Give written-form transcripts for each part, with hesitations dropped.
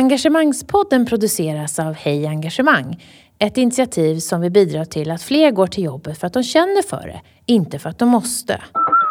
Engagemangspodden produceras av Hej Engagemang. Ett initiativ som vill bidra till att fler går till jobbet för att de känner för det, inte för att de måste.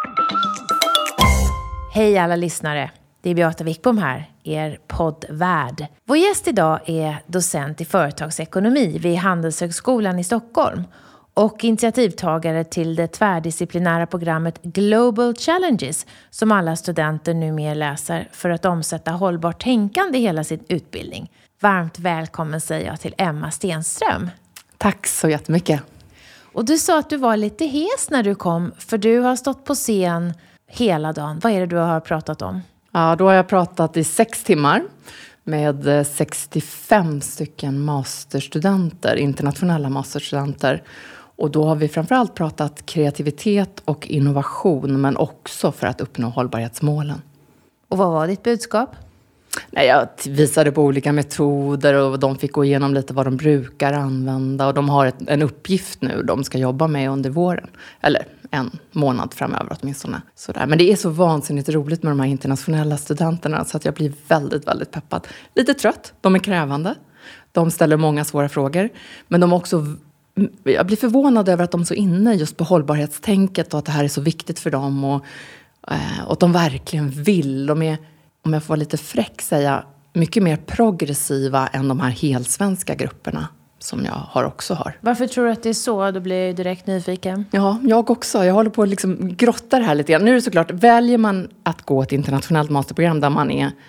Hej alla lyssnare, det är Beata Wickbom här, er poddvärd. Vår gäst idag är docent i företagsekonomi vid Handelshögskolan i Stockholm och initiativtagare till det tvärdisciplinära programmet Global Challenges som alla studenter numera läser för att omsätta hållbart tänkande i hela sin utbildning. Varmt välkommen säger jag till Emma Stenström. Tack så jättemycket. Och du sa att du var lite hes när du kom, för du har stått på scen hela dagen. Vad är det du har pratat om? Ja, då har jag pratat i 6 timmar med 65 stycken masterstudenter, internationella masterstudenter. Och då har vi framförallt pratat kreativitet och innovation, men också för att uppnå hållbarhetsmålen. Och vad var ditt budskap? Nej, jag visade på olika metoder och de fick gå igenom lite vad de brukar använda. Och de har en uppgift nu de ska jobba med under våren. Eller en månad framöver åtminstone. Sådär. Men det är så vansinnigt roligt med de här internationella studenterna så att jag blir väldigt, väldigt peppad. Lite trött, de är krävande. De ställer många svåra frågor. Men de också... Jag blir förvånad över att de är så inne just på hållbarhetstänket och att det här är så viktigt för dem. Och att de verkligen vill. De är, om jag får vara lite fräck säga, mycket mer progressiva än de här helsvenska grupperna som jag också har. Varför tror du att det är så? Då blir jag direkt nyfiken. Ja, jag också. Jag håller på att liksom grotta det här lite grann. Nu är det såklart, väljer man att gå ett internationellt masterprogram där man är...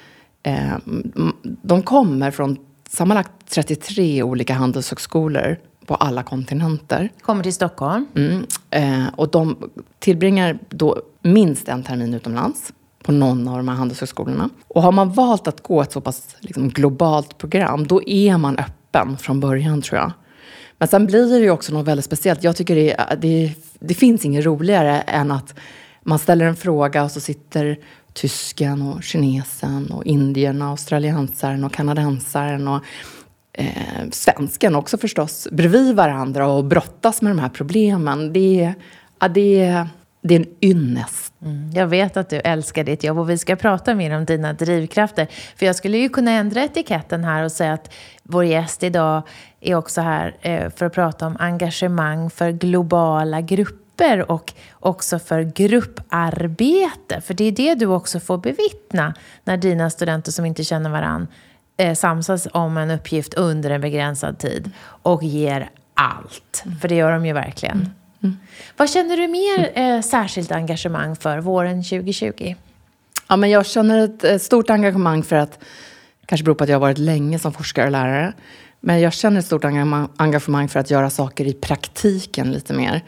de kommer från sammanlagt 33 olika handelshögskolor på alla kontinenter. Kommer till Stockholm. Och de tillbringar då minst en termin utomlands på någon av de här handelshögskolorna. Och har man valt att gå ett så pass liksom, globalt program, då är man öppen från början tror jag. Men sen blir det ju också något väldigt speciellt. Jag tycker det finns inget roligare än att man ställer en fråga och så sitter tysken och kinesen och indien och australiensaren och kanadensaren och svensken också förstås bredvid varandra och brottas med de här problemen. Det är en ynnest. Jag vet att du älskar ditt jobb och vi ska prata mer om dina drivkrafter. För jag skulle ju kunna ändra etiketten här och säga att vår gäst idag är också här för att prata om engagemang för globala grupper och också för grupparbete. För det är det du också får bevittna när dina studenter som inte känner varann samsas om en uppgift under en begränsad tid och ger allt. För det gör de ju verkligen. Vad känner du mer särskilt engagemang för våren 2020? Ja, men jag känner ett stort engagemang för att, kanske beror på att jag har varit länge som forskare och lärare, men jag känner ett stort engagemang för att göra saker i praktiken lite mer.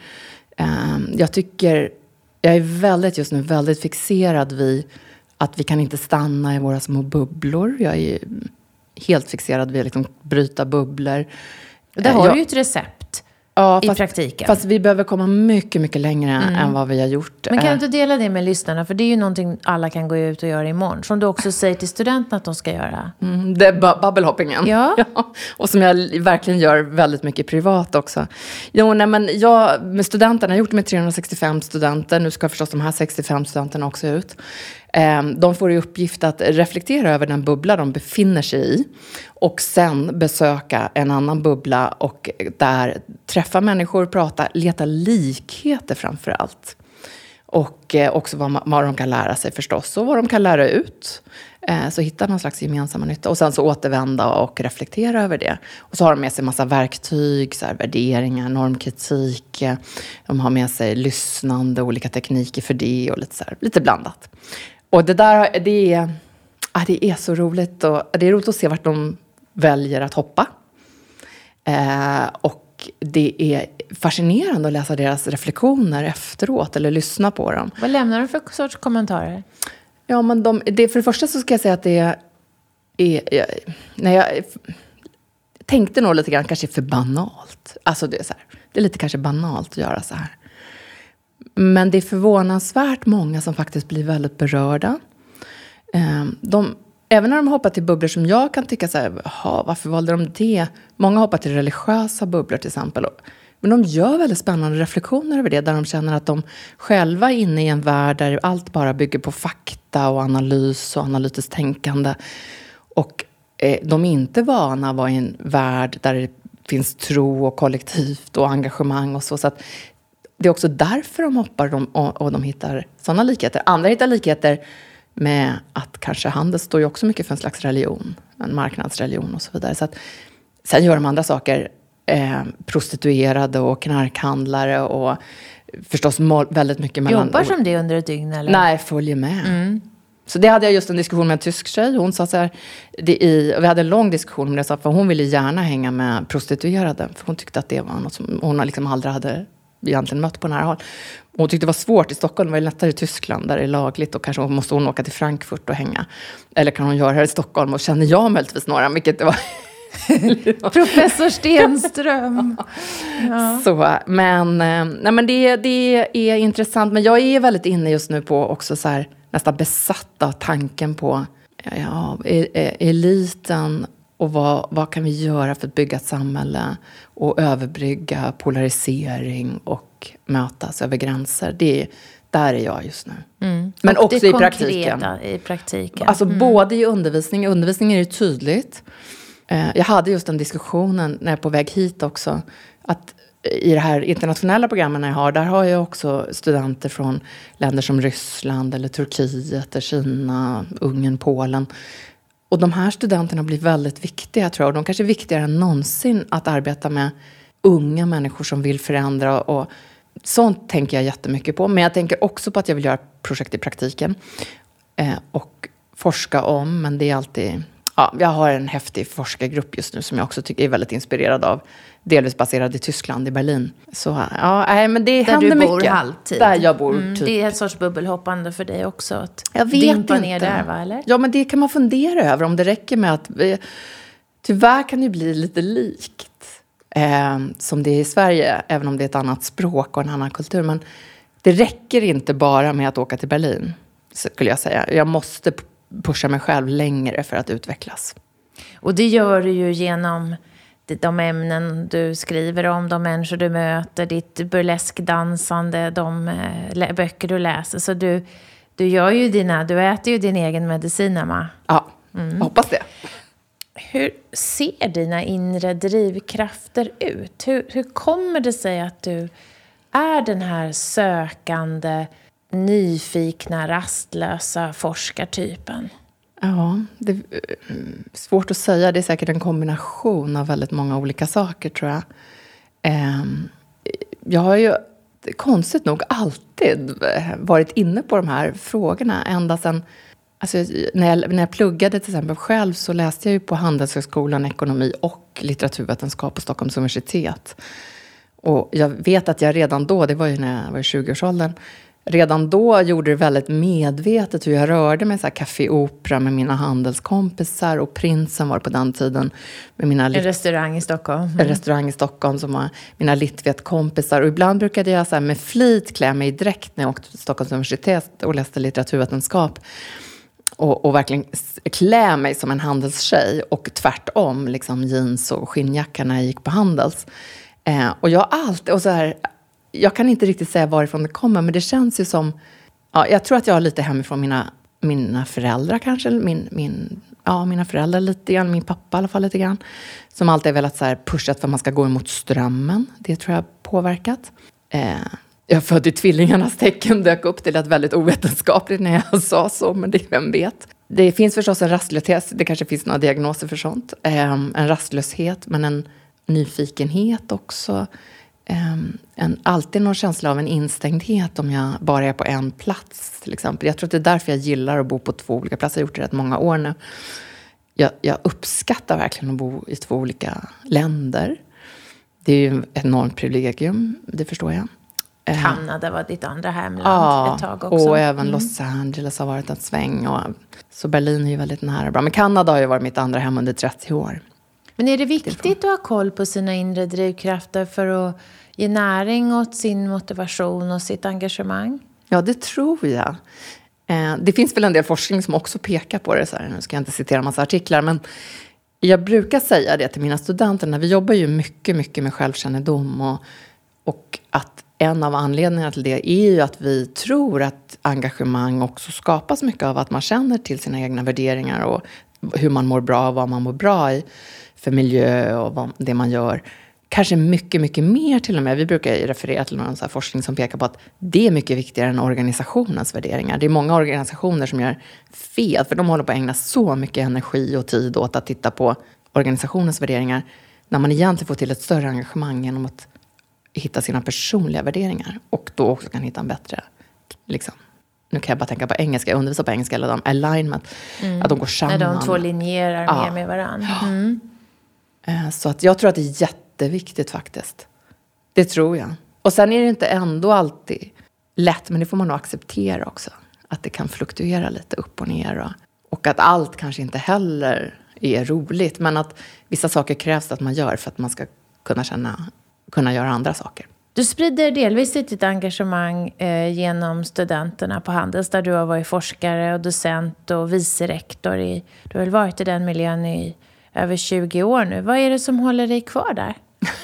Jag är just nu väldigt fixerad vid att vi kan inte stanna i våra små bubblor. Jag är helt fixerad vid att liksom bryta bubblor. Där har du ju ett recept i praktiken. Fast vi behöver komma mycket, mycket längre än vad vi har gjort. Men kan du inte dela det med lyssnarna? För det är ju någonting alla kan gå ut och göra imorgon. Som du också säger till studenterna att de ska göra. Det är bubblehoppingen. Ja. Och som jag verkligen gör väldigt mycket privat också. Men jag med studenterna har gjort med 365 studenter. Nu ska förstås de här 65 studenterna också ut. De får i uppgift att reflektera över den bubbla de befinner sig i. Och sen besöka en annan bubbla och där träffa människor, prata, leta likheter framför allt. Och också vad de kan lära sig förstås och vad de kan lära ut. Så hitta någon slags gemensamma nytta. Och sen så återvända och reflektera över det. Och så har de med sig massa verktyg, så här, värderingar, normkritik. De har med sig lyssnande, olika tekniker för det och lite blandat. Och det är så roligt. Och det är roligt att se vart de väljer att hoppa. Och det är fascinerande att läsa deras reflektioner efteråt. Eller lyssna på dem. Vad lämnar de för sorts kommentarer? Ja, men för det första så ska jag säga att det är när jag tänkte nog lite grann kanske för banalt. Alltså det är lite kanske banalt att göra så här. Men det är förvånansvärt många som faktiskt blir väldigt berörda. Även när de hoppar till bubblor som jag kan tycka så här, varför valde de det? Många hoppar till religiösa bubblor till exempel. Men de gör väldigt spännande reflektioner över det. Där de känner att de själva är inne i en värld där allt bara bygger på fakta och analys och analytiskt tänkande. Och de är inte vana att vara i en värld där det finns tro och kollektivt och engagemang och så. Så att det är också därför de hoppar och de hittar sådana likheter. Andra hittar likheter med att kanske handel står ju också mycket för en slags religion. En marknadsreligion och så vidare. Så att, sen gör de andra saker. Prostituerade och knarkhandlare och förstås väldigt mycket mellan... Jobbar som det under ett dygn eller? Nej, följer med. Så det hade jag just en diskussion med en tysk tjej. Hon sa så här, vi hade en lång diskussion om det, för hon ville gärna hänga med prostituerade. För hon tyckte att det var något som hon liksom aldrig hade egentligen mött på nära håll. Hon tyckte det var svårt i Stockholm, det var lättare i Tyskland där det är lagligt. Och kanske måste hon åka till Frankfurt och hänga. Eller kan hon göra det här i Stockholm och känner jag möjligtvis några, vilket det var... Professor Stenström. Ja. Så, men det är intressant. Men jag är väldigt inne just nu på också så här, nästan besatt av tanken på eliten och vad kan vi göra för att bygga ett samhälle och överbrygga polarisering och mötas över gränser. Där är jag just nu. Men och också i praktiken. Alltså både i undervisning. Undervisning är ju tydligt. Jag hade just den diskussionen när jag är på väg hit också. Att i det här internationella programmen jag har, där har jag också studenter från länder som Ryssland eller Turkiet, eller Kina, Ungern, Polen. Och de här studenterna blir väldigt viktiga, tror jag. Och de kanske är viktigare än någonsin att arbeta med unga människor som vill förändra. Och sånt tänker jag jättemycket på. Men jag tänker också på att jag vill göra projekt i praktiken. Och forska om, men det är alltid... Ja, jag har en häftig forskargrupp just nu som jag också tycker är väldigt inspirerad av. Delvis baserad i Tyskland, i Berlin. Så ja, men det händer mycket. Där du bor halvtid. Där jag bor typ. Det är ett sorts bubbelhoppande för dig också. Att jag vet dimpa inte. Ner där, va, eller? Ja, men det kan man fundera över. Om det räcker med att... Tyvärr kan det bli lite likt. Som det är i Sverige. Även om det är ett annat språk och en annan kultur. Men det räcker inte bara med att åka till Berlin. Skulle jag säga. Jag måste pusha mig själv längre för att utvecklas. Och det gör du ju genom de ämnen du skriver om, de människor du möter, ditt burleskdansande, de böcker du läser. Så du gör ju du äter ju din egen medicin, Emma. Ja, hoppas det. Hur ser dina inre drivkrafter ut? Hur kommer det sig att du är den här sökande, nyfikna, rastlösa forskartypen? Ja, det är svårt att säga. Det är säkert en kombination av väldigt många olika saker, tror jag. Jag har ju konstigt nog alltid varit inne på de här frågorna. Ända sedan, alltså, när jag pluggade till exempel själv, så läste jag ju på Handelshögskolan ekonomi och litteraturvetenskap på Stockholms universitet. Och jag vet att jag redan då, det var ju när jag var i 20-årsåldern, redan då gjorde det väldigt medvetet hur jag rörde mig. Så här Café Opera med mina handelskompisar. Och Prinsen var på den tiden. Med mina en restaurang i Stockholm. En restaurang i Stockholm som var mina litvetkompisar. Och ibland brukade jag så här med flit klä mig direkt när jag åkte till Stockholms universitet och läste litteraturvetenskap. Och verkligen klä mig som en handelstjej. Och tvärtom, liksom jeans och skinnjacka när jag gick på Handels. Och jag alltid... Och så här, jag kan inte riktigt säga varifrån det kommer, men det känns ju som... Ja, jag tror att jag har lite hemifrån mina föräldrar kanske. Mina föräldrar lite grann, min pappa i alla fall lite grann. Som alltid har velat så här pushat för att man ska gå emot strömmen. Det tror jag har påverkat. Jag födde tvillingarnas tecken, dök upp till ett väldigt ovetenskapligt när jag sa så, men vem vet. Det finns förstås en rastlöshet, det kanske finns några diagnoser för sånt. En rastlöshet, men en nyfikenhet också. Alltid någon känsla av en instängdhet om jag bara är på en plats till exempel. Jag tror att det är därför jag gillar att bo på 2 olika platser. Jag har gjort det rätt många år nu. Jag uppskattar verkligen att bo i 2 olika länder. Det är ju ett enormt privilegium, det förstår jag. Kanada var ditt andra hemland ett tag också. Och även Los Angeles har varit en sväng. Så Berlin är ju väldigt nära bra. Men Kanada har ju varit mitt andra hem under 30 år. Men är det viktigt att ha koll på sina inre drivkrafter för att ge näring åt sin motivation och sitt engagemang? Ja, det tror jag. Det finns väl en del forskning som också pekar på det. Så här, nu ska jag inte citera en massa artiklar, men jag brukar säga det till mina studenter. När vi jobbar ju mycket, mycket med självkännedom. Och att en av anledningarna till det är ju att vi tror att engagemang också skapas mycket av att man känner till sina egna värderingar och hur man mår bra, vad man mår bra i för miljö och det man gör. Kanske mycket, mycket mer till och med. Vi brukar referera till någon så här forskning som pekar på att det är mycket viktigare än organisationens värderingar. Det är många organisationer som gör fel, för de håller på att ägna så mycket energi och tid åt att titta på organisationens värderingar, när man egentligen får till ett större engagemang genom att hitta sina personliga värderingar. Och då också kan hitta en bättre, liksom, nu kan jag bara tänka på engelska, jag undervisar på engelska, eller alignment, att de går samman. När de två linjerar mer med varandra. Mm. Så att jag tror att det är jätteviktigt faktiskt. Det tror jag. Och sen är det inte ändå alltid lätt, men det får man nog acceptera också. Att det kan fluktuera lite upp och ner. Och att allt kanske inte heller är roligt. Men att vissa saker krävs att man gör för att man ska kunna göra andra saker. Du sprider delvis ditt engagemang genom studenterna på Handels, där du har varit forskare och docent och vicerektor. Du har väl varit i den miljön i över 20 år nu. Vad är det som håller dig kvar där?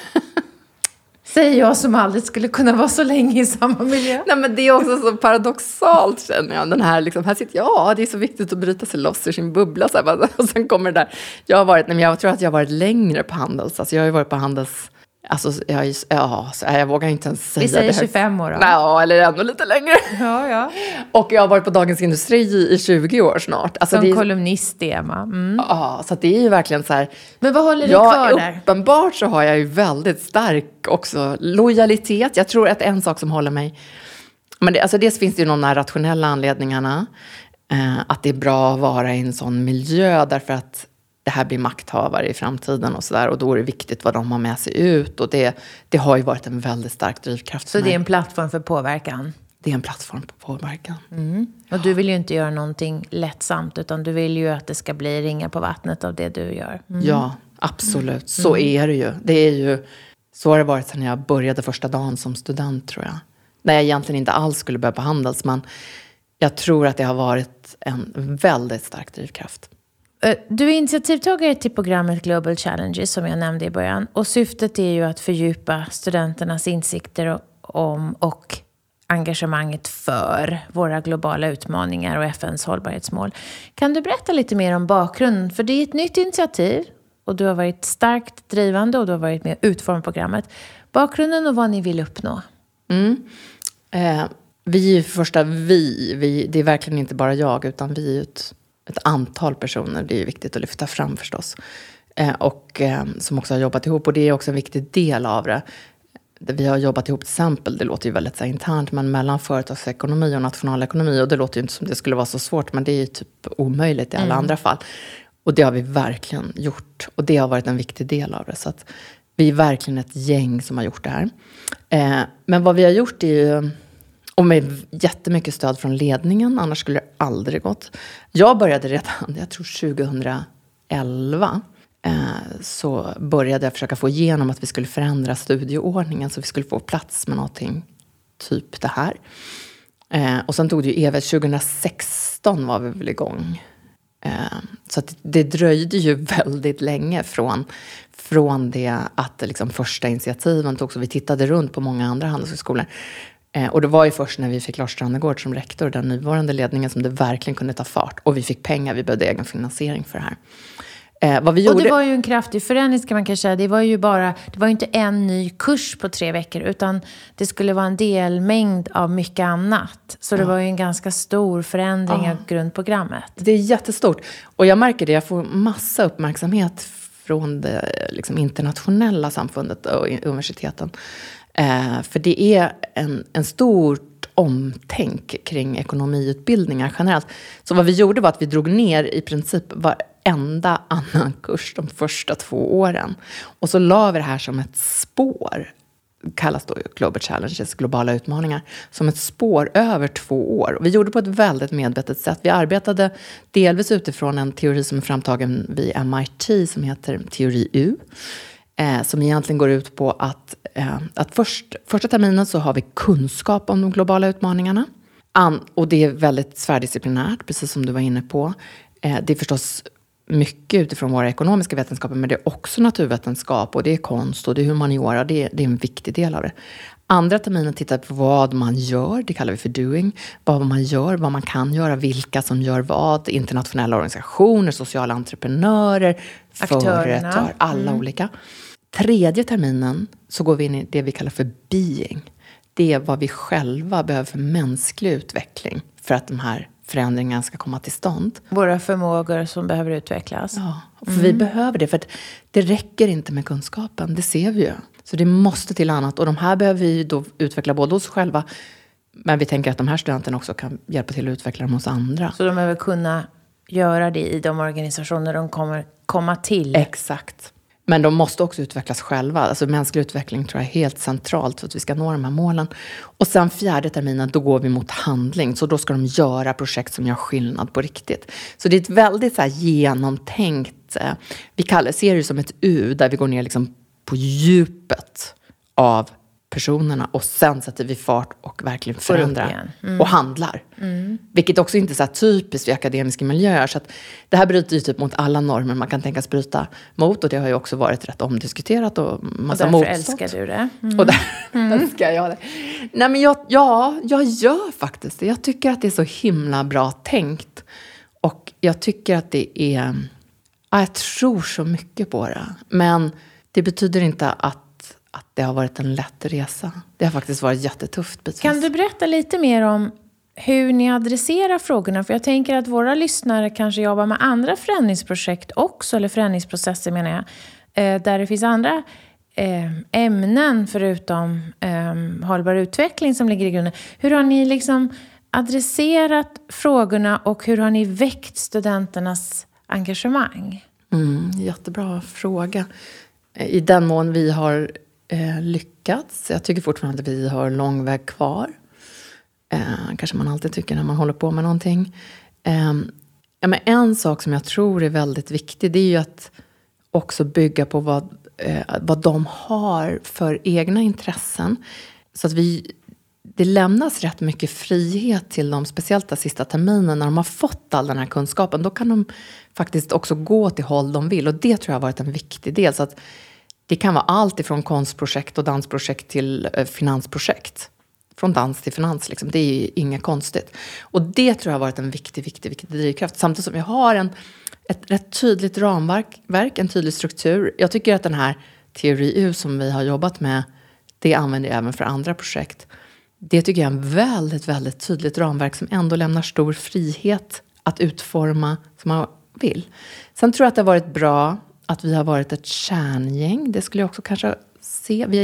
Säger jag som aldrig skulle kunna vara så länge i samma miljö. Nej, men det är också så paradoxalt, känner jag. Den här, liksom, här sitter jag, det är så viktigt att bryta sig loss ur sin bubbla. Så här, och sen kommer det där. Jag tror att jag har varit längre på Handels. Alltså, jag har ju varit på Handels. Alltså, jag vågar inte ens säga det. Vi säger 25 år då. Ja, eller ännu lite längre. Ja. Och jag har varit på Dagens Industri i 20 år snart. Alltså, som kolumnist, Emma. Mm. Ja, så det är ju verkligen så här. Men vad håller dig kvar där? Uppenbart så har jag ju väldigt stark också lojalitet. Jag tror att en sak som håller mig. Men dels finns det ju de här rationella anledningarna. Att det är bra att vara i en sån miljö, därför att det här blir makthavare i framtiden och sådär. Och då är det viktigt vad de har med sig ut. Och det har ju varit en väldigt stark drivkraft. Så det är en plattform för påverkan? Det är en plattform för påverkan. Mm. Och du vill ju inte göra någonting lättsamt, utan du vill ju att det ska bli ringa på vattnet av det du gör. Mm. Ja, absolut. Så är det ju. Det är ju. Så har det varit sedan jag började första dagen som student, tror jag. När jag egentligen inte alls skulle börja på Handels. Men jag tror att det har varit en väldigt stark drivkraft. Du är initiativtagare till programmet Global Challenges, som jag nämnde i början. Och syftet är ju att fördjupa studenternas insikter om och engagemanget för våra globala utmaningar och FNs hållbarhetsmål. Kan du berätta lite mer om bakgrunden? För det är ett nytt initiativ och du har varit starkt drivande och du har varit med och utformat programmet. Bakgrunden och vad ni vill uppnå. Vi är för första det är verkligen inte bara jag, utan vi är ett antal personer. Det är viktigt att lyfta fram förstås. Och som också har jobbat ihop. Och det är också en viktig del av det. Vi har jobbat ihop till exempel, det låter ju väldigt så internt, men mellan företagsekonomi och nationalekonomi. Och det låter ju inte som det skulle vara så svårt, men det är ju typ omöjligt i alla andra fall. Och det har vi verkligen gjort. Och det har varit en viktig del av det. Så att vi är verkligen ett gäng som har gjort det här. Men vad vi har gjort är ju, och med jättemycket stöd från ledningen, annars skulle det aldrig gått. Jag började redan, jag tror 2011, så började jag försöka få igenom att vi skulle förändra studieordningen, så vi skulle få plats med någonting typ det här. Och sen tog det ju evigt, 2016 var vi väl igång. Så att det dröjde ju väldigt länge från det att liksom första initiativen togs, och vi tittade runt på många andra handelshögskolor. Och det var ju först när vi fick Lars Strannegård som rektor, den nuvarande ledningen, som det verkligen kunde ta fart. Och vi fick pengar, vi behövde egen finansiering för det här. Vad vi gjorde... Och det var ju en kraftig förändring, kan man kanske säga. Det var ju inte en ny kurs på 3 veckor, utan det skulle vara en delmängd av mycket annat. Så det var ju en ganska stor förändring av grundprogrammet. Det är jättestort. Och jag märker det, jag får massa uppmärksamhet från det liksom internationella samfundet och universiteten. För det är en stort omtänk kring ekonomiutbildningar generellt. Så vad vi gjorde var att vi drog ner i princip varenda annan kurs de första 2 åren. Och så la vi det här som ett spår, kallas då Global Challenges, globala utmaningar, som ett spår över 2 år. Och vi gjorde på ett väldigt medvetet sätt. Vi arbetade delvis utifrån en teori som är framtagen vid MIT som heter teori U. Som egentligen går ut på att första terminen så har vi kunskap om de globala utmaningarna. Och det är väldigt tvärdisciplinärt, precis som du var inne på. Det är förstås mycket utifrån våra ekonomiska vetenskaper, men det är också naturvetenskap och det är konst och det är humaniora. Det är en viktig del av det. Andra terminen tittar på vad man gör, det kallar vi för doing. Vad man gör, vad man kan göra, vilka som gör vad. Internationella organisationer, sociala entreprenörer, företag, alla olika. Tredje terminen så går vi in i det vi kallar för being. Det är vad vi själva behöver för mänsklig utveckling för att de här förändringarna ska komma till stånd. Våra förmågor som behöver utvecklas. Ja, för vi behöver det. För att det räcker inte med kunskapen, det ser vi ju. Så det måste till annat. Och de här behöver vi då utveckla både hos själva. Men vi tänker att de här studenterna också kan hjälpa till att utveckla dem hos andra. Så de behöver kunna göra det i de organisationer de kommer komma till. Exakt. Men de måste också utvecklas själva. Alltså mänsklig utveckling tror jag är helt centralt för att vi ska nå de här målen. Och sen fjärde terminen, då går vi mot handling. Så då ska de göra projekt som gör skillnad på riktigt. Så det är ett väldigt så här genomtänkt, vi ser det som ett U där vi går ner liksom på djupet av personerna. Och sen sätter vi fart och verkligen förändrar. Och handlar. Vilket också inte är så här typiskt i akademiska miljöer. Så att det här bryter ju typ mot alla normer man kan tänkas bryta mot. Och det har ju också varit rätt omdiskuterat och massa motstånd. Och därför älskar du det. Och där älskar jag det. Nej men jag gör faktiskt det. Jag tycker att det är så himla bra tänkt. Och jag tycker att det är... jag tror så mycket på det. Men det betyder inte att det har varit en lätt resa. Det har faktiskt varit jättetufft bitvis. Kan du berätta lite mer om hur ni adresserar frågorna? För jag tänker att våra lyssnare kanske jobbar med andra förändringsprojekt också. Eller förändringsprocesser menar jag. Där det finns andra ämnen förutom hållbar utveckling som ligger i grunden. Hur har ni liksom adresserat frågorna och hur har ni väckt studenternas engagemang? Jättebra fråga. I den mån vi har lyckats. Jag tycker fortfarande att vi har lång väg kvar. Kanske man alltid tycker när man håller på med någonting. Men en sak som jag tror är väldigt viktig, det är ju att också bygga på vad de har för egna intressen. Så att det lämnas rätt mycket frihet till dem, speciellt den sista terminen när de har fått all den här kunskapen. Då kan de faktiskt också gå till håll de vill och det tror jag har varit en viktig del. Så att det kan vara allt ifrån konstprojekt och dansprojekt till finansprojekt. Från dans till finans, liksom. Det är ju inget konstigt. Och det tror jag har varit en viktig drivkraft. Samtidigt som vi har ett rätt tydligt ramverk, en tydlig struktur. Jag tycker att den här teori U som vi har jobbat med, det använder jag även för andra projekt. Det tycker jag är en väldigt, väldigt tydligt ramverk som ändå lämnar stor frihet att utforma som man vill. Sen tror jag att det har varit bra att vi har varit ett kärngäng. Det skulle jag också kanske se. Vi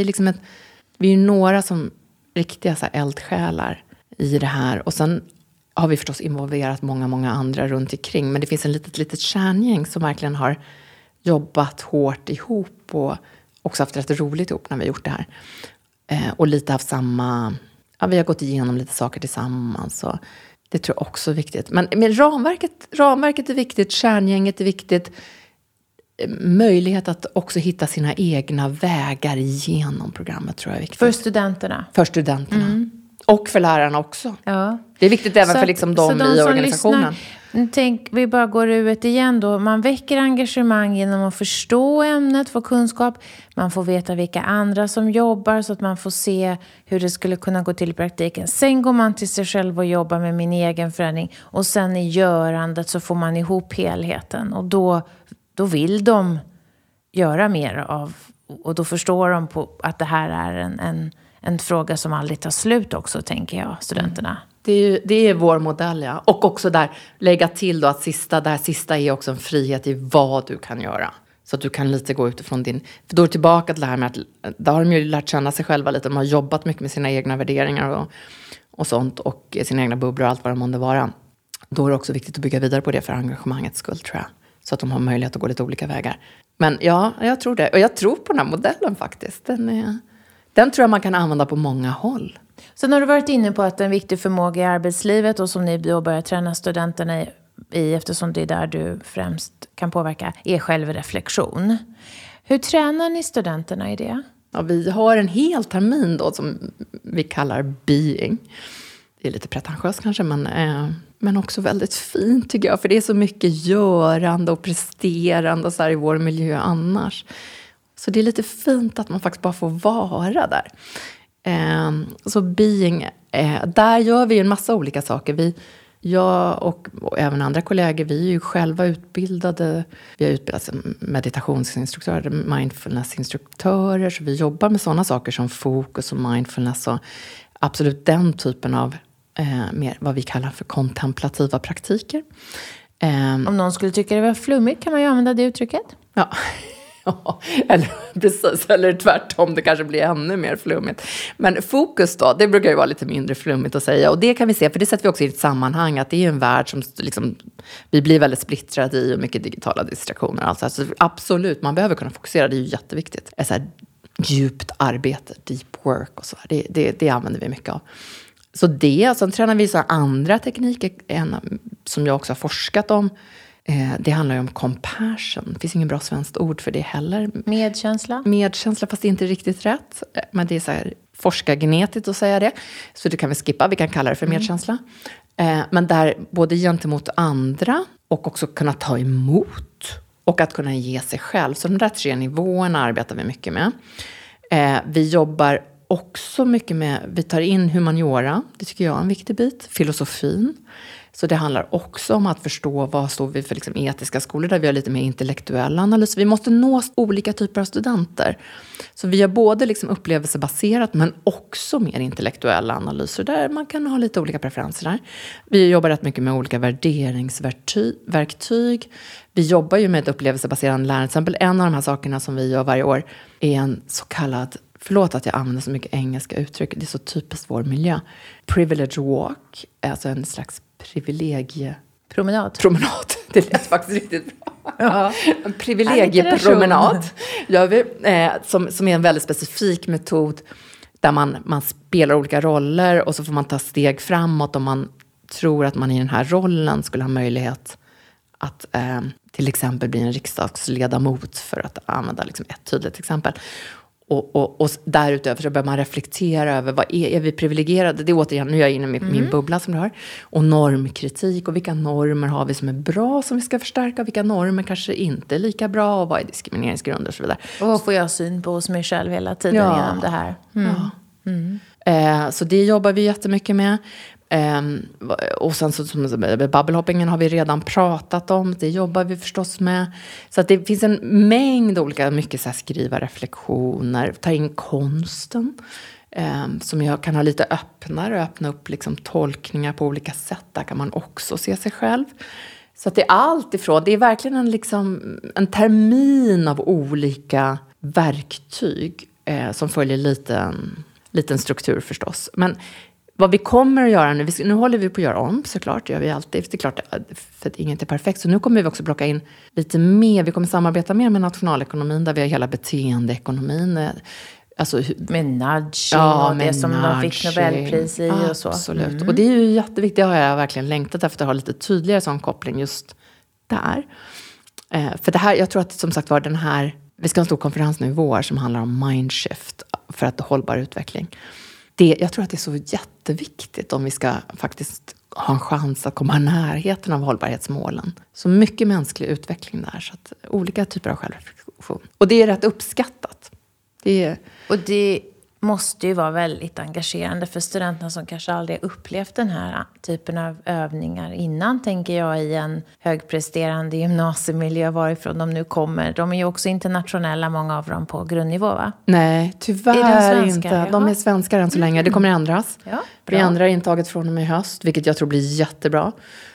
är några som riktiga så här eldsjälar i det här. Och sen har vi förstås involverat många andra runt omkring. Men det finns en litet kärngäng som verkligen har jobbat hårt ihop. Och också haft rätt roligt ihop när vi har gjort det här. Och lite haft samma... Ja, vi har gått igenom lite saker tillsammans. Och det tror jag också är viktigt. Men ramverket är viktigt. Kärngänget är viktigt. Möjlighet att också hitta sina egna vägar genom programmet tror jag är viktigt. För studenterna? För studenterna. Och för lärarna också. Ja. Det är viktigt även för liksom de i organisationen. Tänk, vi bara går ut igen då. Man väcker engagemang genom att förstå ämnet, få kunskap. Man får veta vilka andra som jobbar så att man får se hur det skulle kunna gå till i praktiken. Sen går man till sig själv och jobbar med min egen förändring. Och sen i görandet så får man ihop helheten. Och då vill de göra mer av, och då förstår de på att det här är en fråga som aldrig tar slut också, tänker jag, studenterna. Det är vår modell, ja. Och också där lägga till då att det sista är också en frihet i vad du kan göra. Så att du kan lite gå utifrån för då är det tillbaka till det här med att där har de ju lärt känna sig själva lite. De har jobbat mycket med sina egna värderingar och sånt och sina egna bubblor och allt vad det månde vara. Då är det också viktigt att bygga vidare på det för engagemangets skull, tror jag. Så att de har möjlighet att gå lite olika vägar. Men ja, jag tror det. Och jag tror på den här modellen faktiskt. Den tror jag man kan använda på många håll. Sen har du varit inne på att en viktig förmåga i arbetslivet och som ni då börjar träna studenterna i eftersom det är där du främst kan påverka, är självreflektion. Hur tränar ni studenterna i det? Ja, vi har en hel termin då som vi kallar being. Det är lite pretentiöst kanske, men också väldigt fint tycker jag. För det är så mycket görande och presterande och så här i vår miljö annars. Så det är lite fint att man faktiskt bara får vara där. Så being, där gör vi en massa olika saker. Jag och även andra kollegor, vi är ju själva utbildade. Vi har utbildat som meditationsinstruktörer, mindfulnessinstruktörer. Så vi jobbar med sådana saker som fokus och mindfulness. Och absolut den typen av mer vad vi kallar för kontemplativa praktiker. Om någon skulle tycka det var flummigt kan man ju använda det uttrycket. Ja. Eller precis, eller tvärtom, det kanske blir ännu mer flummigt. Men fokus då, det brukar ju vara lite mindre flummigt att säga. Och det kan vi se, för det sätter vi också i ett sammanhang, att det är en värld som liksom, vi blir väldigt splittrade i och mycket digitala distraktioner. Alltså absolut, man behöver kunna fokusera, det är ju jätteviktigt. Ett så här djupt arbete, deep work och så, det använder vi mycket av. Så sen tränar vi så andra tekniker som jag också har forskat om. Det handlar ju om compassion. Det finns ingen bra svenskt ord för det heller. Medkänsla, fast det är inte riktigt rätt. Men det är så här forskargenetiskt att säga det. Så det kan vi skippa, vi kan kalla det för medkänsla. Men där både gentemot andra och också kunna ta emot. Och att kunna ge sig själv. Så de där 3 nivåerna arbetar vi mycket med. Vi jobbar också mycket med, vi tar in humaniora. Det tycker jag är en viktig bit. Filosofin. Så det handlar också om att förstå vad står vi för liksom etiska skolor där vi har lite mer intellektuell analys. Vi måste nå olika typer av studenter. Så vi har både liksom upplevelsebaserat men också mer intellektuella analyser där man kan ha lite olika preferenser där. Vi jobbar rätt mycket med olika värderingsverktyg. Vi jobbar ju med ett upplevelsebaserande lärande. Till exempel en av de här sakerna som vi gör varje år är en så kallad, förlåt att jag använder så mycket engelska uttryck, det är så typiskt vår miljö. Privilege walk, alltså en slags Promenad. Det lät faktiskt riktigt bra. Ja. En privilegiepromenad gör vi, som är en väldigt specifik metod där man spelar olika roller och så får man ta steg framåt om man tror att man i den här rollen skulle ha möjlighet att till exempel bli en riksdagsledamot, för att använda liksom ett tydligt exempel. Och därutöver så bör man reflektera över vad är vi privilegierade. Det är återigen, nu är jag inne i min bubbla som du har. Och normkritik och vilka normer har vi som är bra som vi ska förstärka. Vilka normer kanske inte är lika bra och vad är diskrimineringsgrunder och så vidare. Och vad får jag syn på hos mig själv hela tiden genom det här. Så det jobbar vi jättemycket med. Och sen så bubblehoppingen har vi redan pratat om. Det jobbar vi förstås med. Så att det finns en mängd olika, mycket så här skriva reflektioner, ta in konsten som jag kan ha lite öppnare och öppna upp liksom tolkningar på olika sätt. Där kan man också se sig själv. Så att det är allt ifrån, det är verkligen en termin av olika verktyg som följer liten struktur förstås. Men vad vi kommer att göra nu håller vi på att göra om, såklart, gör vi alltid. Det är klart, för att inget är perfekt. Så nu kommer vi också plocka in lite mer, vi kommer samarbeta mer med nationalekonomin, där vi har hela beteendeekonomin. Alltså, med nudging och det som de fick Nobelpris i och så. Absolut, och det är ju jätteviktigt, det har jag verkligen längtat efter att ha lite tydligare sån koppling just där. För det här, jag tror att som sagt var vi ska ha en stor konferens nu i vår som handlar om mindshift för att hållbar utveckling. Jag tror att det är så jätteviktigt om vi ska faktiskt ha en chans att komma i närheten av hållbarhetsmålen. Så mycket mänsklig utveckling där, så att olika typer av självreflektion. Och det är rätt uppskattat. Och det måste ju vara väldigt engagerande för studenterna som kanske aldrig upplevt den här typen av övningar innan, tänker jag, i en högpresterande gymnasiemiljö varifrån de nu kommer. De är ju också internationella, många av dem på grundnivå, va? Nej, tyvärr inte. De är svenskar än så länge. Det kommer ändras. Ja, vi ändrar intaget från och med i höst, vilket jag tror blir jättebra.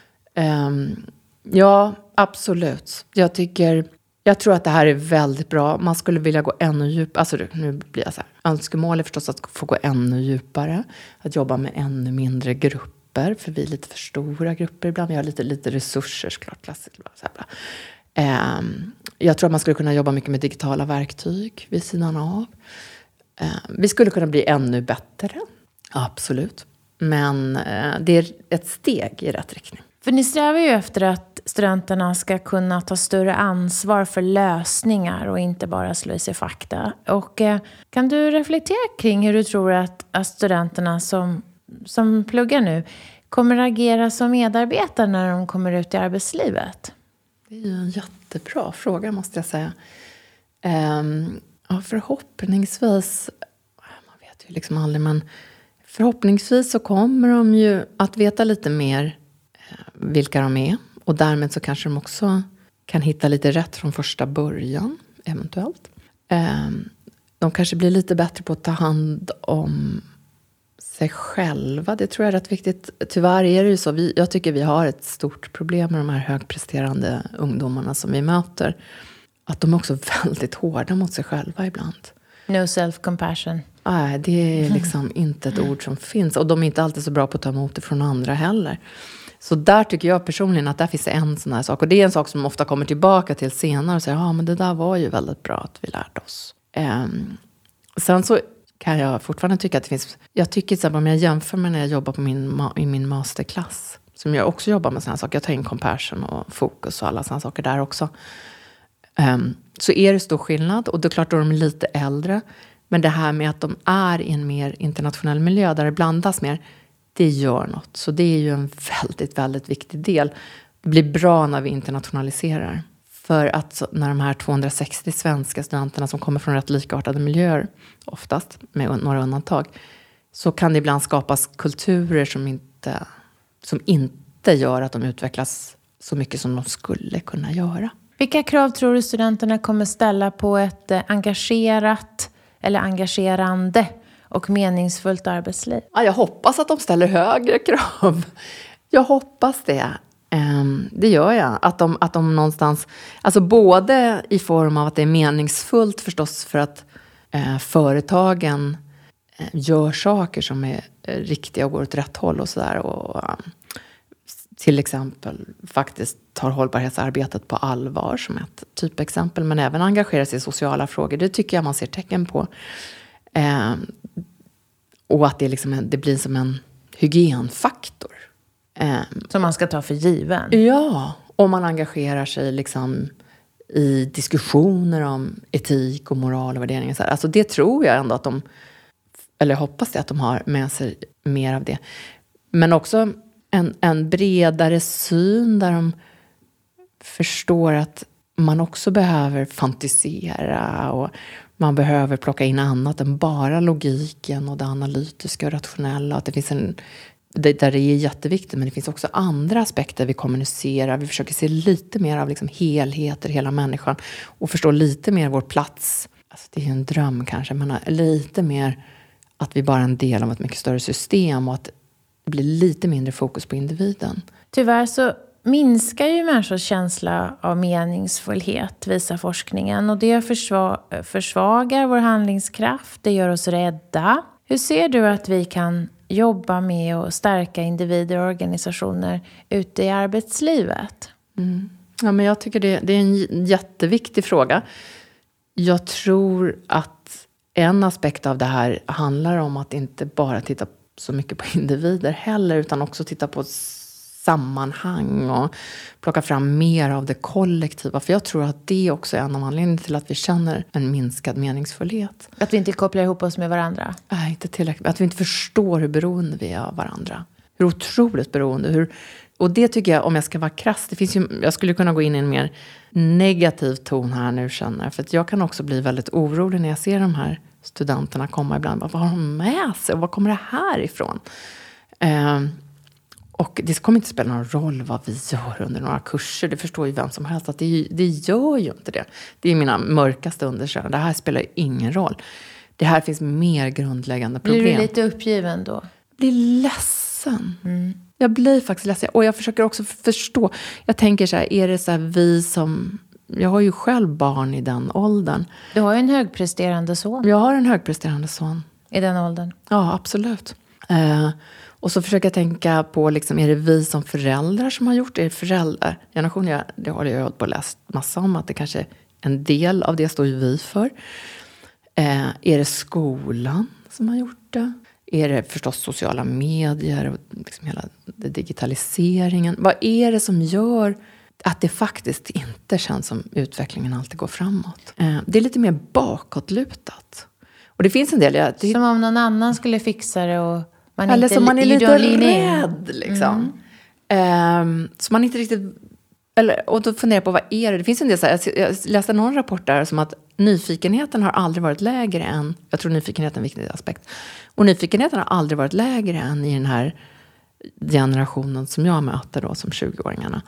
Ja, absolut. Jag tror att det här är väldigt bra. Man skulle vilja gå ännu djupare. Alltså nu blir jag så här. Önskemål är förstås att få gå ännu djupare. Att jobba med ännu mindre grupper. För vi är lite för stora grupper ibland. Vi har lite resurser såklart. Så här. Jag tror att man skulle kunna jobba mycket med digitala verktyg vid sidan av. Vi skulle kunna bli ännu bättre. Absolut. Men det är ett steg i rätt riktning. För ni strävar ju efter att studenterna ska kunna ta större ansvar för lösningar och inte bara slå i sig fakta. Och kan du reflektera kring hur du tror att studenterna som pluggar nu kommer att agera som medarbetare när de kommer ut i arbetslivet? Det är ju en jättebra fråga, måste jag säga. Ja, förhoppningsvis, man vet ju vi liksom aldrig. Men förhoppningsvis så kommer de ju att veta lite mer vilka de är. Och därmed så kanske de också kan hitta lite rätt från första början, eventuellt. De kanske blir lite bättre på att ta hand om sig själva. Det tror jag är rätt viktigt. Tyvärr är det ju så. Jag tycker vi har ett stort problem med de här högpresterande ungdomarna som vi möter. Att de är också väldigt hårda mot sig själva ibland. No self-compassion. Nej, det är liksom inte ett ord som finns. Och de är inte alltid så bra på att ta emot det från andra heller. Så där tycker jag personligen att där finns en sån här sak. Och det är en sak som ofta kommer tillbaka till senare och säger, ja men det där var ju väldigt bra att vi lärde oss. Sen så kan jag fortfarande tycka att det finns, jag tycker till exempel om jag jämför med när jag jobbar på i min masterklass, som jag också jobbar med sådana saker, jag tar in compassion och fokus och alla sådana saker där också. Så är det stor skillnad, och det är klart då de är lite äldre, men det här med att de är i en mer internationell miljö där det blandas mer, det gör något. Så det är ju en väldigt, väldigt viktig del. Det blir bra när vi internationaliserar. För att när de här 260 svenska studenterna som kommer från rätt likartade miljöer, oftast med några undantag, så kan det ibland skapas kulturer som inte gör att de utvecklas så mycket som de skulle kunna göra. Vilka krav tror du studenterna kommer ställa på ett engagerat eller engagerande och meningsfullt arbetsliv? Ja, jag hoppas att de ställer högre krav. Jag hoppas det. Det gör jag. Att de någonstans, alltså både i form av att det är meningsfullt förstås för att företagen gör saker som är riktiga och går åt rätt håll och sådär. Och till exempel faktiskt tar hållbarhetsarbetet på allvar som ett typexempel. Men även engagerar sig i sociala frågor. Det tycker jag man ser tecken på. Och att det blir som en hygienfaktor. Som man ska ta för given. Ja, om man engagerar sig liksom i diskussioner om etik och moral och värderingar. Så här. Alltså det tror jag ändå att de, eller hoppas det att de har med sig mer av det. Men också en bredare syn där de förstår att man också behöver fantisera och man behöver plocka in annat än bara logiken och det analytiska och rationella. Att det finns där det är jätteviktigt, men det finns också andra aspekter vi kommunicerar. Vi försöker se lite mer av liksom helheter, hela människan, och förstå lite mer vår plats. Alltså det är en dröm kanske, men lite mer att vi bara är en del av ett mycket större system och att det blir lite mindre fokus på individen. Tyvärr så minskar ju människors känsla av meningsfullhet, visar forskningen. Och det försvagar vår handlingskraft, det gör oss rädda. Hur ser du att vi kan jobba med att stärka individer och organisationer ute i arbetslivet? Ja, men jag tycker det är en jätteviktig fråga. Jag tror att en aspekt av det här handlar om att inte bara titta så mycket på individer heller, utan också titta på sammanhang och plocka fram mer av det kollektiva. För jag tror att det också är en av anledningarna till att vi känner en minskad meningsfullhet. Att vi inte kopplar ihop oss med varandra? Nej, inte tillräckligt. Att vi inte förstår hur beroende vi är av varandra. Hur otroligt beroende. Och det tycker jag, om jag ska vara krass, det finns ju, jag skulle kunna gå in i en mer negativ ton här nu, känner. För att jag kan också bli väldigt orolig när jag ser de här studenterna komma ibland. Vad har de med sig? Och var kommer det här ifrån? Och det kommer inte spela någon roll vad vi gör under några kurser. Det förstår ju vem som helst att det gör ju inte det. Det är mina mörkaste undersökningar. Det här spelar ingen roll. Det här finns mer grundläggande problem. Blir du lite uppgiven då? Jag blir ledsen. Jag blir faktiskt ledsen. Och jag försöker också förstå. Jag tänker så här, är det så här vi som... Jag har ju själv barn i den åldern. Du har ju en högpresterande son. Jag har en högpresterande son. I den åldern? Ja, absolut. Och så försöker jag tänka på, liksom, är det vi som föräldrar som har gjort det? Är det föräldragenerationen? Det har jag på läst massa om, att det kanske en del av det står ju vi för. Är det skolan som har gjort det? Är det förstås sociala medier och liksom hela digitaliseringen? Vad är det som gör att det faktiskt inte känns som utvecklingen alltid går framåt? Det är lite mer bakåtlutat. Och det finns en del... Som om någon annan skulle fixa det och... Eller som man är lite rädd liksom. Så man inte riktigt Och då funderar jag på, vad är det? Det finns en del så här, jag läste någon rapport där som att nyfikenheten har aldrig varit lägre än, jag tror nyfikenheten är en viktig aspekt. Och nyfikenheten har aldrig varit lägre än i den här generationen som jag möter då som 20-åringarna.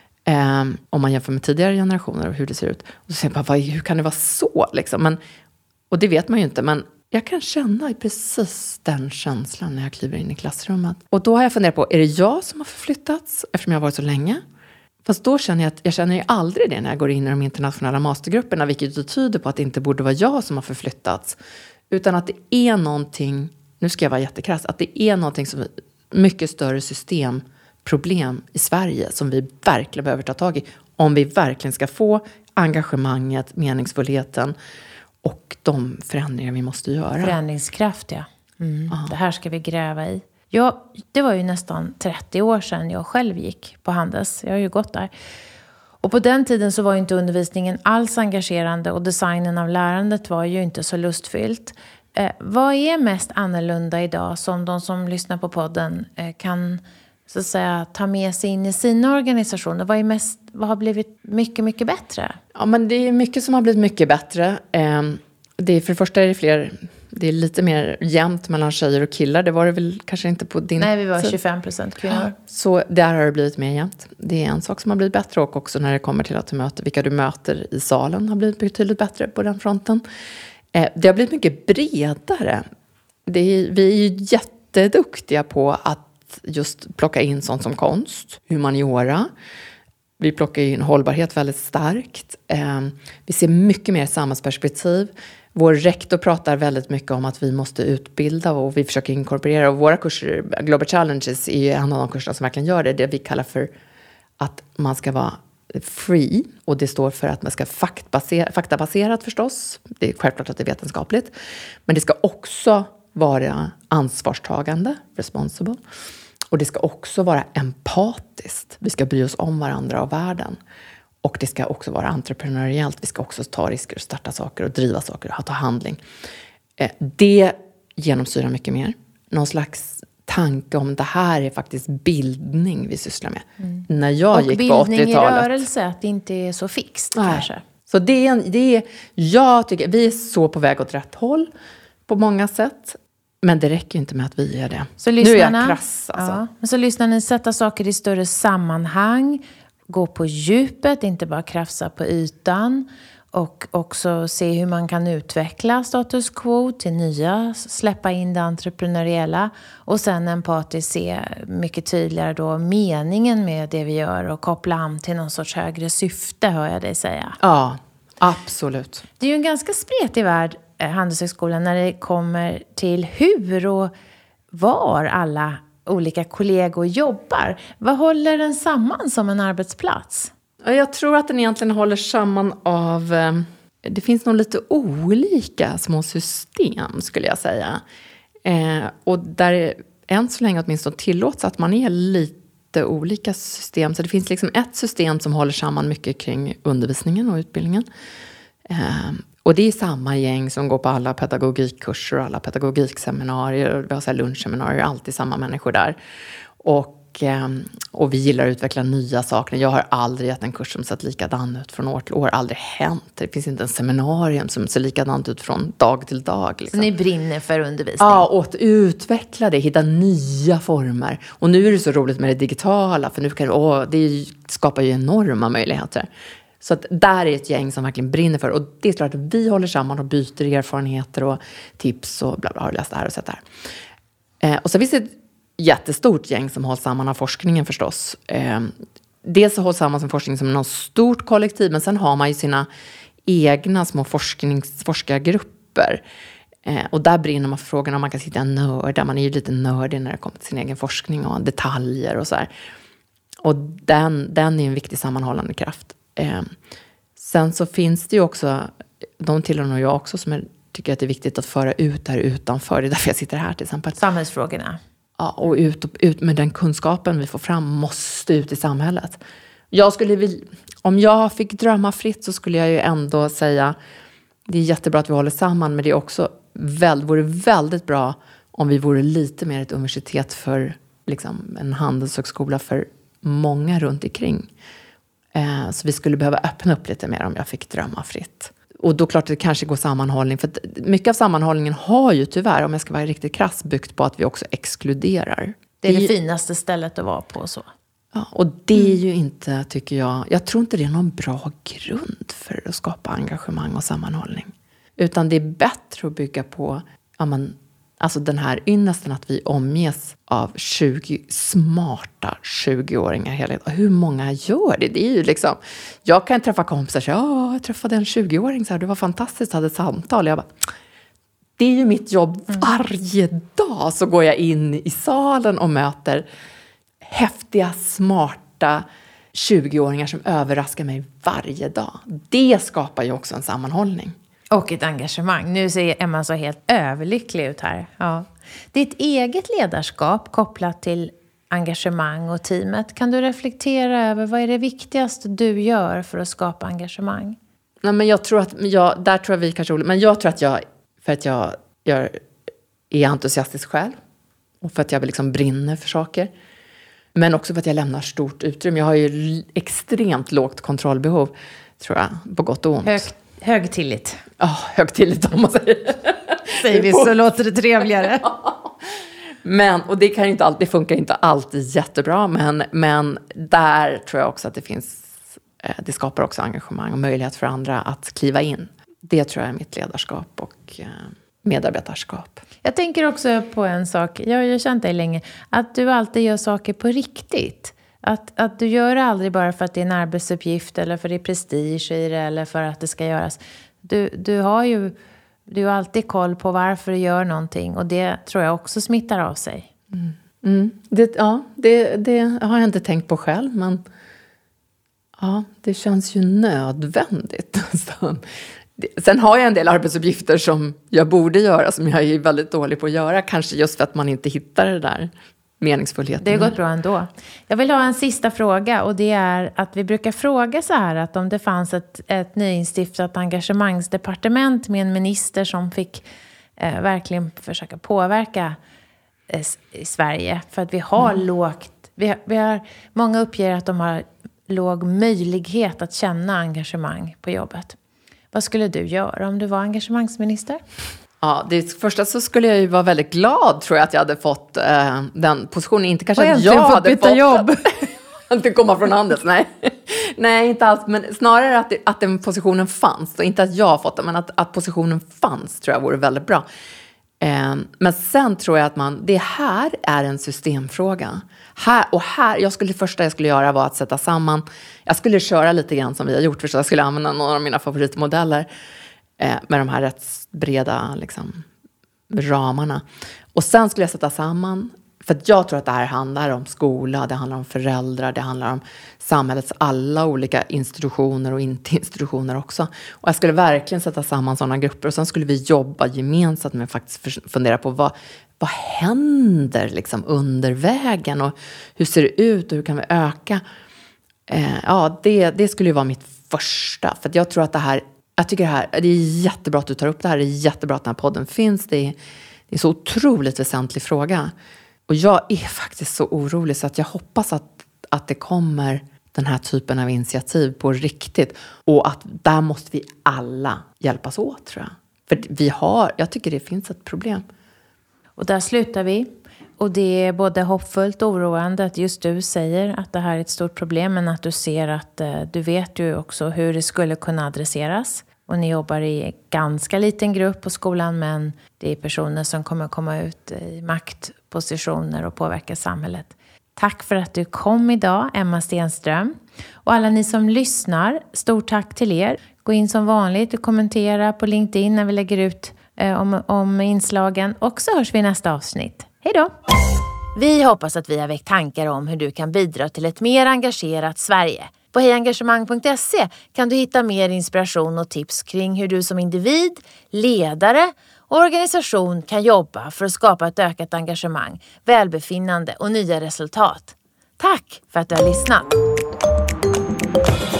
Om man jämför med tidigare generationer och hur det ser ut. Och så säger jag bara, hur kan det vara så liksom? Och det vet man ju inte, men jag kan känna precis den känslan när jag kliver in i klassrummet. Och då har jag funderat på, är det jag som har förflyttats eftersom jag har varit så länge? Fast då känner jag att jag känner ju aldrig det när jag går in i de internationella mastergrupperna, vilket tyder på att det inte borde vara jag som har förflyttats. Utan att det är någonting, nu ska jag vara jättekrass, att det är någonting som mycket större systemproblem i Sverige som vi verkligen behöver ta tag i. Om vi verkligen ska få engagemanget, meningsfullheten och de förändringar vi måste göra. Förändringskraft, ja. Det här ska vi gräva i. Ja, det var ju nästan 30 år sedan jag själv gick på Handels. Jag har ju gått där. Och på den tiden så var ju inte undervisningen alls engagerande och designen av lärandet var ju inte så lustfyllt. Vad är mest annorlunda idag som de som lyssnar på podden kan så att säga ta med sig in i sina organisationer? Vad har blivit mycket, mycket bättre? Ja, men det är mycket som har blivit mycket bättre. Det är, för det första är det fler, det är lite mer jämnt mellan tjejer och killar. Det var det väl kanske inte på din... Nej, vi var 25% kvinnor. Ja, så där har det blivit mer jämnt. Det är en sak som har blivit bättre, och också när det kommer till att du möter, vilka du möter i salen har blivit betydligt bättre på den fronten. Det har blivit mycket bredare. Vi är ju jätteduktiga på att just plocka in sånt som konst, humaniora. Vi plockar in hållbarhet väldigt starkt. Vi ser mycket mer samhällsperspektiv. Vår rektor pratar väldigt mycket om att vi måste utbilda och vi försöker inkorporera. Och våra kurser, Global Challenges, är ju en av de kurserna som verkligen gör det. Det vi kallar för att man ska vara free. Och det står för att man ska faktabaserat förstås. Det är självklart att det är vetenskapligt. Men det ska också vara ansvarstagande, responsible. Och det ska också vara empatiskt. Vi ska bry oss om varandra och världen. Och det ska också vara entreprenöriellt. Vi ska också ta risker, starta saker och driva saker och ta handling. Det genomsyrar mycket mer. Någon slags tanke om det här är faktiskt bildning vi sysslar med. När jag gick på 80-talet. Och bildning i rörelse, att det inte är så fixt kanske. Så jag tycker vi är så på väg åt rätt håll på många sätt. Men det räcker inte med att vi är det. Så nu är jag krass alltså. Ja, men så lyssnar ni, sätta saker i större sammanhang. Gå på djupet, inte bara krafsa på ytan. Och också se hur man kan utveckla status quo till nya. Släppa in det entreprenöriella. Och sen empatiskt se mycket tydligare då meningen med det vi gör. Och koppla an till någon sorts högre syfte, hör jag dig säga. Ja, absolut. Det är ju en ganska spretig värld, Handelshögskolan, när det kommer till hur och var alla olika kollegor jobbar. Vad håller den samman som en arbetsplats? Jag tror att den egentligen håller samman av... Det finns nog lite olika små system, skulle jag säga. Och där än så länge åtminstone tillåts att man är lite olika system. Så det finns liksom ett system som håller samman mycket kring undervisningen och utbildningen. Och det är samma gäng som går på alla pedagogikkurser och alla pedagogikseminarier. Vi har så här lunchseminarier, alltid samma människor där. Och vi gillar att utveckla nya saker. Jag har aldrig gett en kurs som sett likadan ut från år till år. Aldrig hänt. Det finns inte en seminarium som ser likadant ut från dag till dag. Liksom. Så ni brinner för undervisning? Ja, och att utveckla det. Hitta nya former. Och nu är det så roligt med det digitala. För nu kan det skapar ju enorma möjligheter. Så att där är ett gäng som verkligen brinner för. Och det är klart att vi håller samman och byter erfarenheter och tips och bla bla. Har du läst det här och sett det här. Och så finns det ett jättestort gäng som hålls samman av forskningen förstås. Dels hålls samman som forskning som något stort kollektiv. Men sen har man ju sina egna små forskargrupper. Och där brinner man för frågan om man kan sitta nörd. Man är ju lite nördig när det kommer till sin egen forskning och detaljer och så här. Och den är en viktig sammanhållande kraft. Sen så finns det ju också, de tillhör nog jag också, som tycker att det är viktigt att föra ut där utanför. Det är därför jag sitter här till exempel. Samhällsfrågorna. Ja, och ut med den kunskapen vi får fram måste ut i samhället. Om jag fick drömma fritt så skulle jag ju ändå säga, det är jättebra att vi håller samman, men det är också vore väldigt bra om vi vore lite mer ett universitet för liksom en handelshögskola för många runt omkring. Så vi skulle behöva öppna upp lite mer om jag fick drömma fritt. Och då klart det kanske går sammanhållning. För mycket av sammanhållningen har ju tyvärr, om jag ska vara riktigt krass, byggt på att vi också exkluderar. Det är det finaste stället att vara på så. Ja, och det är ju inte, tycker jag tror inte det är någon bra grund för att skapa engagemang och sammanhållning. Utan det är bättre att bygga på, alltså den här ynnesten att vi omges av 20 smarta 20-åringar hela tiden. Hur många gör det? Det är ju liksom, jag kan träffa kompisar och säga, jag träffade en 20-åring så här, det var fantastiskt, hade ett samtal. Jag bara, det är ju mitt jobb varje dag, så går jag in i salen och möter häftiga, smarta 20-åringar som överraskar mig varje dag. Det skapar ju också en sammanhållning. Och ett engagemang. Nu ser Emma så helt överlycklig ut här. Ja. Ditt eget ledarskap kopplat till engagemang och teamet. Kan du reflektera över vad är det viktigaste du gör för att skapa engagemang? Nej, men jag tror att där tror jag vi kanske olika. Men jag tror att för att jag är entusiastisk själv. Och för att jag liksom brinner för saker. Men också för att jag lämnar stort utrymme. Jag har ju extremt lågt kontrollbehov, tror jag, på gott och ont. Hög tillit. Ja, hög tillit om man säger. Säger vi så låter det trevligare. Men, och det funkar inte alltid jättebra. Men där tror jag också att det skapar också engagemang och möjlighet för andra att kliva in. Det tror jag är mitt ledarskap och medarbetarskap. Jag tänker också på en sak, jag har ju känt dig länge, att du alltid gör saker på riktigt. Att du gör det aldrig bara för att det är en arbetsuppgift eller för det är prestige i det eller för att det ska göras. Du har ju alltid koll på varför du gör någonting och det tror jag också smittar av sig. Det har jag inte tänkt på själv, men ja, det känns ju nödvändigt. Sen har jag en del arbetsuppgifter som jag borde göra, som jag är väldigt dålig på att göra. Kanske just för att man inte hittar det där meningsfullheten. Det har gått bra ändå. Jag vill ha en sista fråga och det är att vi brukar fråga så här att om det fanns ett nyinstiftat engagemangsdepartement med en minister som fick verkligen försöka påverka i Sverige. För att vi har vi har, många uppger att de har låg möjlighet att känna engagemang på jobbet. Vad skulle du göra om du var engagemangsminister? Ja, det första så skulle jag ju vara väldigt glad, tror jag, att jag hade fått den positionen. Inte kanske att jag hade fått jobb. Inte komma från Handels, nej. Nej, inte alls. Men snarare att den positionen fanns. Och inte att jag har fått den, men att positionen fanns tror jag vore väldigt bra. Men sen tror jag att det här är en systemfråga. Det första jag skulle göra var att sätta samman. Jag skulle köra lite grann som vi har gjort. För jag skulle använda några av mina favoritmodeller. Med de här rätt breda liksom, ramarna. Och sen skulle jag sätta samman. För att jag tror att det här handlar om skola. Det handlar om föräldrar. Det handlar om samhällets alla olika institutioner och inte institutioner också. Och jag skulle verkligen sätta samman sådana grupper. Och sen skulle vi jobba gemensamt med att faktiskt fundera på vad händer liksom under vägen. Och hur ser det ut och hur kan vi öka. Det skulle ju vara mitt första. För att jag tror att jag tycker det är jättebra att du tar upp det här. Det är jättebra att den här podden finns. Det är så otroligt väsentlig fråga. Och jag är faktiskt så orolig så att jag hoppas att det kommer den här typen av initiativ på riktigt. Och att där måste vi alla hjälpas åt, tror jag. För jag tycker det finns ett problem. Och där slutar vi. Och det är både hoppfullt och oroande att just du säger att det här är ett stort problem. Men att du ser att du vet ju också hur det skulle kunna adresseras. Och ni jobbar i ganska liten grupp på skolan. Men det är personer som kommer komma ut i maktpositioner och påverka samhället. Tack för att du kom idag, Emma Stenström. Och alla ni som lyssnar, stort tack till er. Gå in som vanligt och kommentera på LinkedIn när vi lägger ut om inslagen. Och så hörs vi i nästa avsnitt. Hej då! Vi hoppas att vi har väckt tankar om hur du kan bidra till ett mer engagerat Sverige. På hejengagemang.se kan du hitta mer inspiration och tips kring hur du som individ, ledare och organisation kan jobba för att skapa ett ökat engagemang, välbefinnande och nya resultat. Tack för att du har lyssnat!